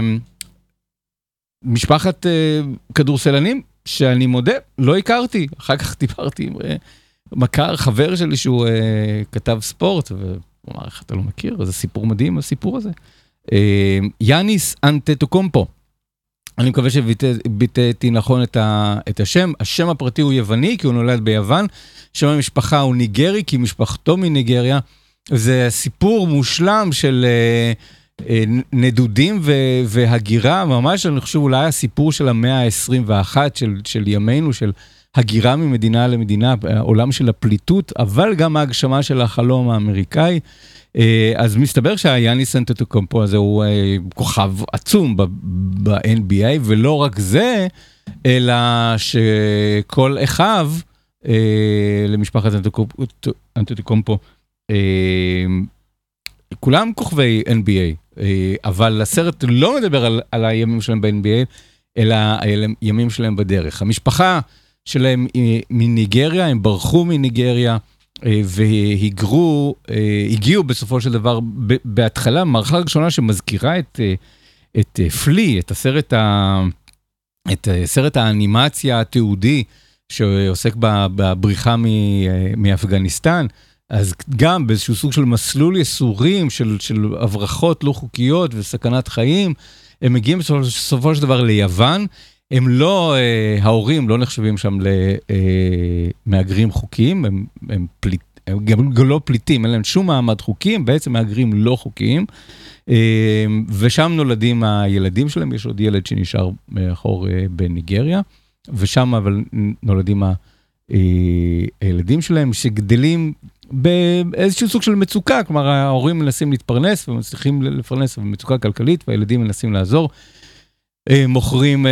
משפחת כדורסלנים, שאני מודה, לא הכרתי. אחר כך דיברתי עם מכר, חבר שלי שהוא כתב ספורט, והוא אמר, איך אתה לא מכיר? זה סיפור מדהים, הסיפור הזה. יאניס אנטטוקומפו. אני מקווה שביטאתי נכון את השם. השם הפרטי הוא יווני, כי הוא נולד ביוון. שם המשפחה הוא ניגרי, כי משפחתו מניגריה. זה סיפור מושלם של נדודים והגירה, ממש אני חושב אולי הסיפור של המאה ה-21 של ימינו, של הגירה ממדינה למדינה, העולם של הפליטות, אבל גם ההגשמה של החלום האמריקאי. אז מסתבר שהיאניס אנטטוקומפו הזה הוא כוכב עצום ב-NBA, ולא רק זה, אלא שכל אחיו למשפחת אנטטוקומפו, כולם כוכבי NBA, אבל הסרט לא מדבר על הימים שלהם ב-NBA, אלא הימים שלהם בדרך. המשפחה שלהם מניגריה, הם ברחו מניגריה, והגיעו בסופו של דבר, בהתחלה, מערכה ראשונה שמזכירה את פלי, את סרט האנימציה התיעודי, שעוסק בבריחה מאפגניסטן, אז גם באיזשהו סוג של מסלול יסורים, של הברחות לא חוקיות וסכנת חיים, הם מגיעים בסופו של דבר ליוון, הם לא, ההורים לא נחשבים שם למאגרים חוקיים, הם גם לא פליטים, אין להם שום מעמד חוקי, הם בעצם מאגרים לא חוקיים, ושם נולדים הילדים שלהם, יש עוד ילד שנשאר מאחור בניגריה, ושם אבל נולדים הילדים שלהם שגדלים באיזשהו סוג של מצוקה, כלומר ההורים מנסים להתפרנס ומצליחים לפרנס במצוקה כלכלית, והילדים מנסים לעזור, מוכרים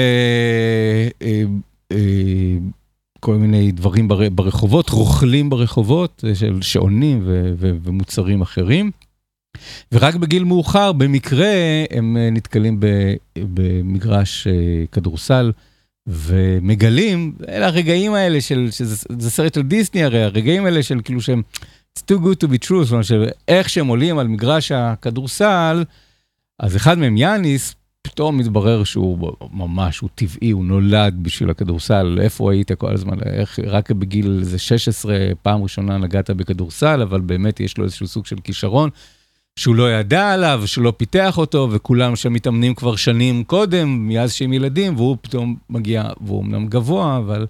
כל מיני דברים ברחובות, רוכלים ברחובות של שעונים ומוצרים אחרים, ורק בגיל מאוחר, במקרה, הם נתקלים במגרש כדורסל, ומגלים, אלה הרגעים האלה שזה סרט של דיסני הרי, הרגעים האלה של כאילו שהם, it's too good to be true, זאת אומרת שאיך שהם עולים על מגרש הכדורסל, אז אחד מהם יאניס, פתאום מתברר שהוא ממש, הוא טבעי, הוא נולד בשביל הכדורסל, איפה היית כל הזמן, איך רק בגיל 16, פעם ראשונה נגעת בכדורסל, אבל באמת יש לו איזשהו סוג של כישרון, שהוא לא ידע עליו, שהוא לא פיתח אותו, וכולם שמתאמנים כבר שנים קודם, מאז שהם ילדים, והוא פתאום מגיע, והוא אמנם גבוה, אבל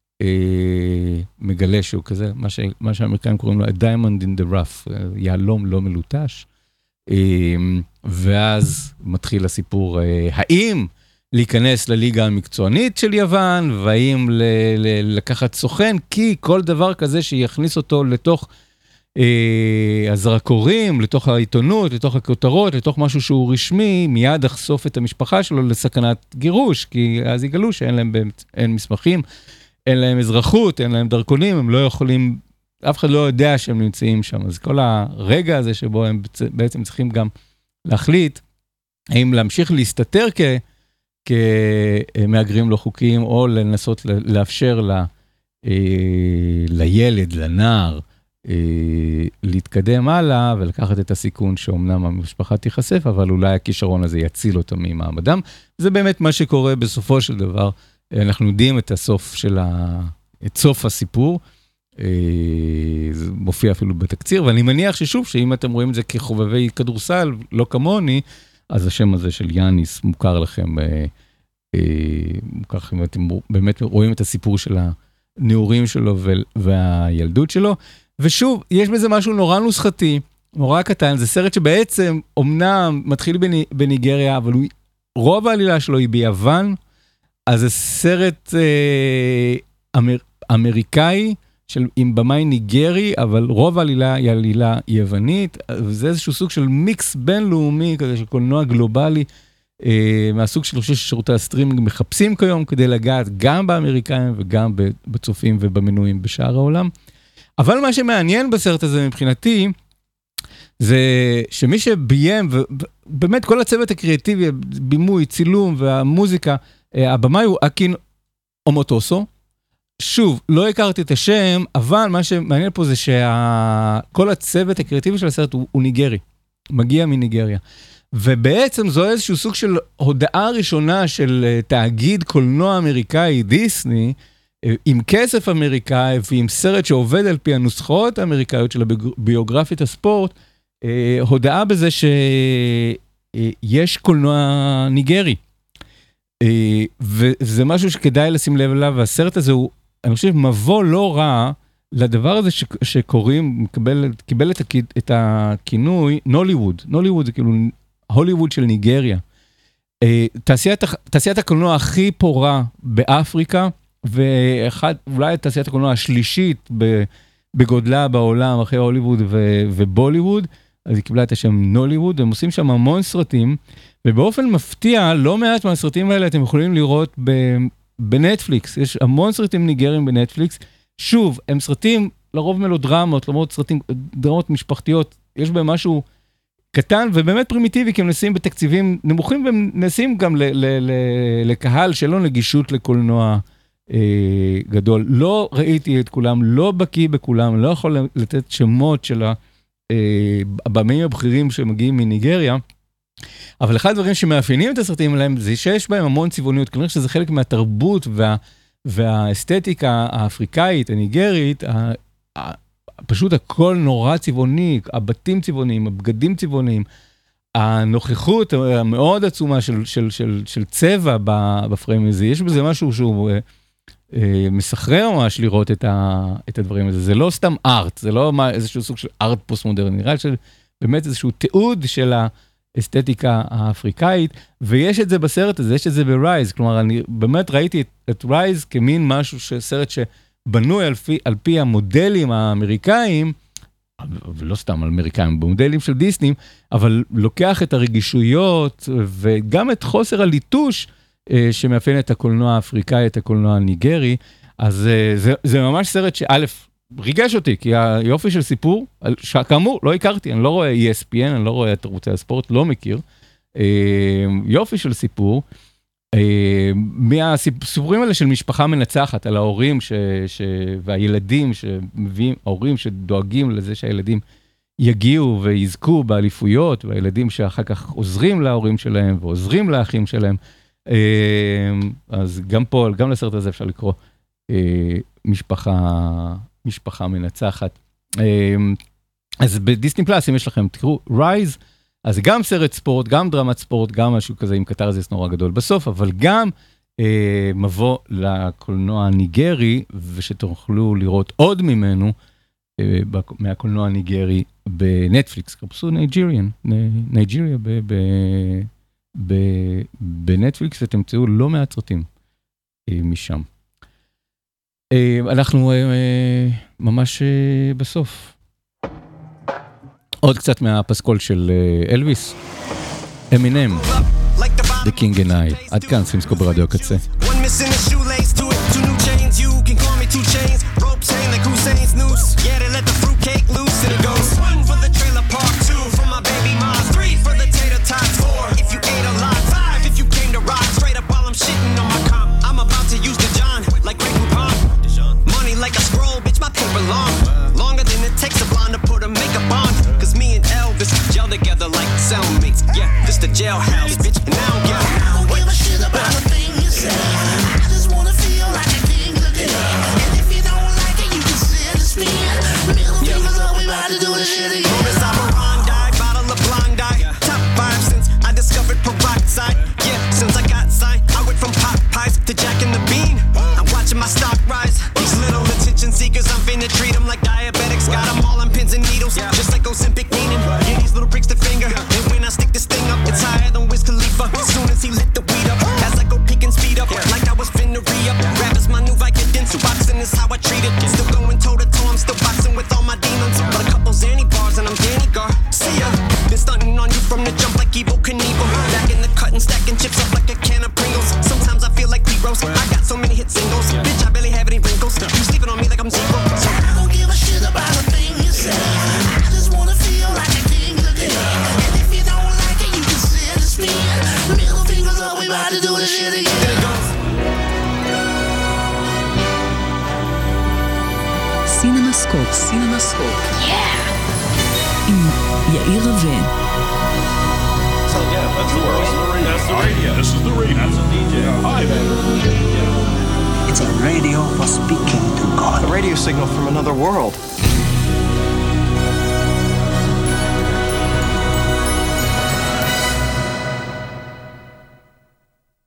מגלה שהוא כזה, מה שהאמריקאים קוראים לו, a diamond in the rough, יעלום לא מלוטש, ואז מתחיל הסיפור, האם להיכנס לליגה המקצוענית של יוון, והאם לקחת סוכן, כי כל דבר כזה שיכניס אותו לתוך הזרקורים, לתוך העיתונות, לתוך הכותרות, לתוך משהו שהוא רשמי, מיד יחשוף את המשפחה שלו לסכנת גירוש, כי אז יגלו שאין להם אין מסמכים, אין להם אזרחות, אין להם דרכונים, הם לא יכולים, אף אחד לא יודע שהם נמצאים שם. אז כל הרגע הזה שבו הם בעצם צריכים גם להחליט, האם להמשיך להסתתר כמאגרים לא חוקיים, או לנסות לאפשר לילד, לנער, להתקדם הלאה ולקחת את הסיכון שאומנם המשפחה תיחשף, אבל אולי הכישרון הזה יציל אותם ממעמדם. זה באמת מה שקורה בסופו של דבר. אנחנו יודעים את סוף הסיפור, זה מופיע אפילו בתקציר, ואני מניח ששוב, שאם אתם רואים את זה כחובבי כדורסל, לא כמוני, אז השם הזה של יאניס מוכר לכם, מוכר לכם, אתם באמת רואים את הסיפור של הנעורים שלו והילדות שלו, ושוב, יש בזה משהו נורא נוסחתי, נורא קטן, זה סרט שבעצם אומנם מתחיל בניגריה, אבל רוב העלילה שלו היא ביוון, אז זה סרט אמריקאי, עם במאי ניגרי, אבל רוב העלילה היא עלילה יוונית, וזה איזשהו סוג של מיקס בינלאומי, כזה של קולנוע גלובלי, מהסוג של שירותי הסטרימינג מחפשים כיום, כדי לגעת גם באמריקאים וגם בצופים ובמנויים בשאר העולם. אבל מה שמעניין בסרט הזה מבחינתי, זה שמי שביים, ובאמת כל הצוות הקריאטיבי, בימוי, צילום והמוזיקה, הבמאי הוא אקין אומוטוסו. שוב, לא הכרתי את השם, אבל מה שמעניין פה זה שכל הצוות הקריאטיבי של הסרט הוא ניגרי, מגיע מניגריה. ובעצם זו איזשהו סוג של הודעה ראשונה של תאגיד קולנוע אמריקאי, דיסני, עם כסף אמריקאי ועם סרט שעובד על פי הנוסחות האמריקאיות של הביוגרפית הספורט, הודעה בזה שיש קולנוע ניגרי. וזה משהו שכדאי לשים לב אליו, והסרט הזה הוא, אני חושב, מבוא לא רע לדבר הזה שקוראים, קיבל את הכינוי נוליווד. נוליווד זה כאילו הוליווד של ניגריה. תעשיית הקולנוע הכי פורה באפריקה, ואולי תעשיית הקולנוע השלישית בגודלה בעולם, אחרי הוליווד ובוליווד, אז היא קיבלה את השם נוליווד, הם עושים שם המון סרטים, ובאופן מפתיע, לא מעט מהסרטים האלה אתם יכולים לראות בנטפליקס, יש המון סרטים ניגרים בנטפליקס, שוב, הם סרטים לרוב מלודרמות, למרות סרטים, דרמות משפחתיות, יש בהם משהו קטן ובאמת פרימיטיבי, כי הם נשים בתקציבים נמוכים, והם נשים גם לקהל שלא נגישות לקולנוע גדול. לא ראיתי את כולם, לא בקיא בכולם, לא יכול לתת שמות של הבמאים הבכירים שמגיעים מניגריה, אבל אחד הדברים שמאפיינים את הסרטים עליהם, זה שיש בהם המון צבעוניות, כלומר שזה חלק מהתרבות והאסתטיקה האפריקאית, הניגרית, פשוט הכל נורא צבעוני, הבתים צבעוניים, הבגדים צבעוניים, הנוכחות המאוד עצומה של צבע בפריים הזה, יש בזה משהו שהוא מסחרר ממש לראות את הדברים הזה, זה לא סתם ארט, זה לא איזשהו סוג של ארט פוסט-מודרני, נראה שבאמת איזשהו תיעוד של האסתטיקה האפריקאית, ויש את זה בסרט הזה, יש את זה ברייז, כלומר אני באמת ראיתי את רייז כמין משהו, סרט שבנוי על פי המודלים האמריקאים, ולא סתם אמריקאים, במודלים של דיסני, אבל לוקח את הרגישויות, וגם את חוסר הליטוש, שמאפיין את הקולנוע האפריקאי, את הקולנוע הניגרי, אז זה ממש סרט שא' ריגש אותי, כי היופי של סיפור, כאמור, לא הכרתי, אני לא רואה ESPN, אני לא רואה את ערוצי הספורט, לא מכיר, יופי של סיפור, מהסיפורים האלה של משפחה מנצחת, על ההורים והילדים שמביאים, ההורים שדואגים לזה שהילדים יגיעו ויזכו באליפויות, והילדים שאחר כך עוזרים להורים שלהם, ועוזרים לאחים שלהם, אז גם פה, גם לסרט הזה אפשר לקרוא משפחה מנצחת. אז בדיסני פלאס, אם יש לכם, תקראו רייז, אז גם סרט ספורט, גם דרמת ספורט, גם משהו כזה עם קטרזיס נורא גדול בסוף, אבל גם מבוא לקולנוע הניגרי, ושתוכלו לראות עוד ממנו, מהקולנוע הניגרי בנטפליקס, קרפסו נייג'יריה בנטפליקס, ותמצאו לא מעט סרטים משם. אנחנו ממש בסוף. עוד קצת מהפסקול של אלוויס, אמינם, The King and I. עד כאן סימסקופ ברדיו הקצה. Jailhouse, bitch, and I don't give a shit about a thing you say. I just wanna feel like a king again. And if you don't like it, you can sit and spin. Middle fingers up, we about to do this shit again. Bonus operandi, bottle of Blondie. Top 5 since I discovered peroxide. Yeah, since I got signed, I went from pot pies to Jack and the Bean. I'm watching my stock rise. These little attention seekers, I'm finna treat them like diabetics. Got them all on pins and needles, just like Ozempic meaning. Rap is my new Vicodin, so boxing is how I treat it. Still going toe to toe, I'm still boxing with all my demons. But a couple Zanny bars and I'm Danny Garcia. Been stunting on you from the jump like Evel Knievel. Back in the cut and stacking chips up like a can of Pringles. Sometimes I feel like D-Rose. I got so many hit singles. Bitch, I barely have any wrinkles. You sleeping on me like I'm zero. So I don't give a shit about a thing you say. I just wanna feel like a king again. And if you don't like it, you can sit and spin. Middle fingers up, we about to do this shit again. סינמסקופ, סינמסקופ. עם יאיר רווה. So yeah, that's the world. That's the radio. This is the radio. That's a DJ. Hi there. It's a radio for speaking to God. A radio signal from another world.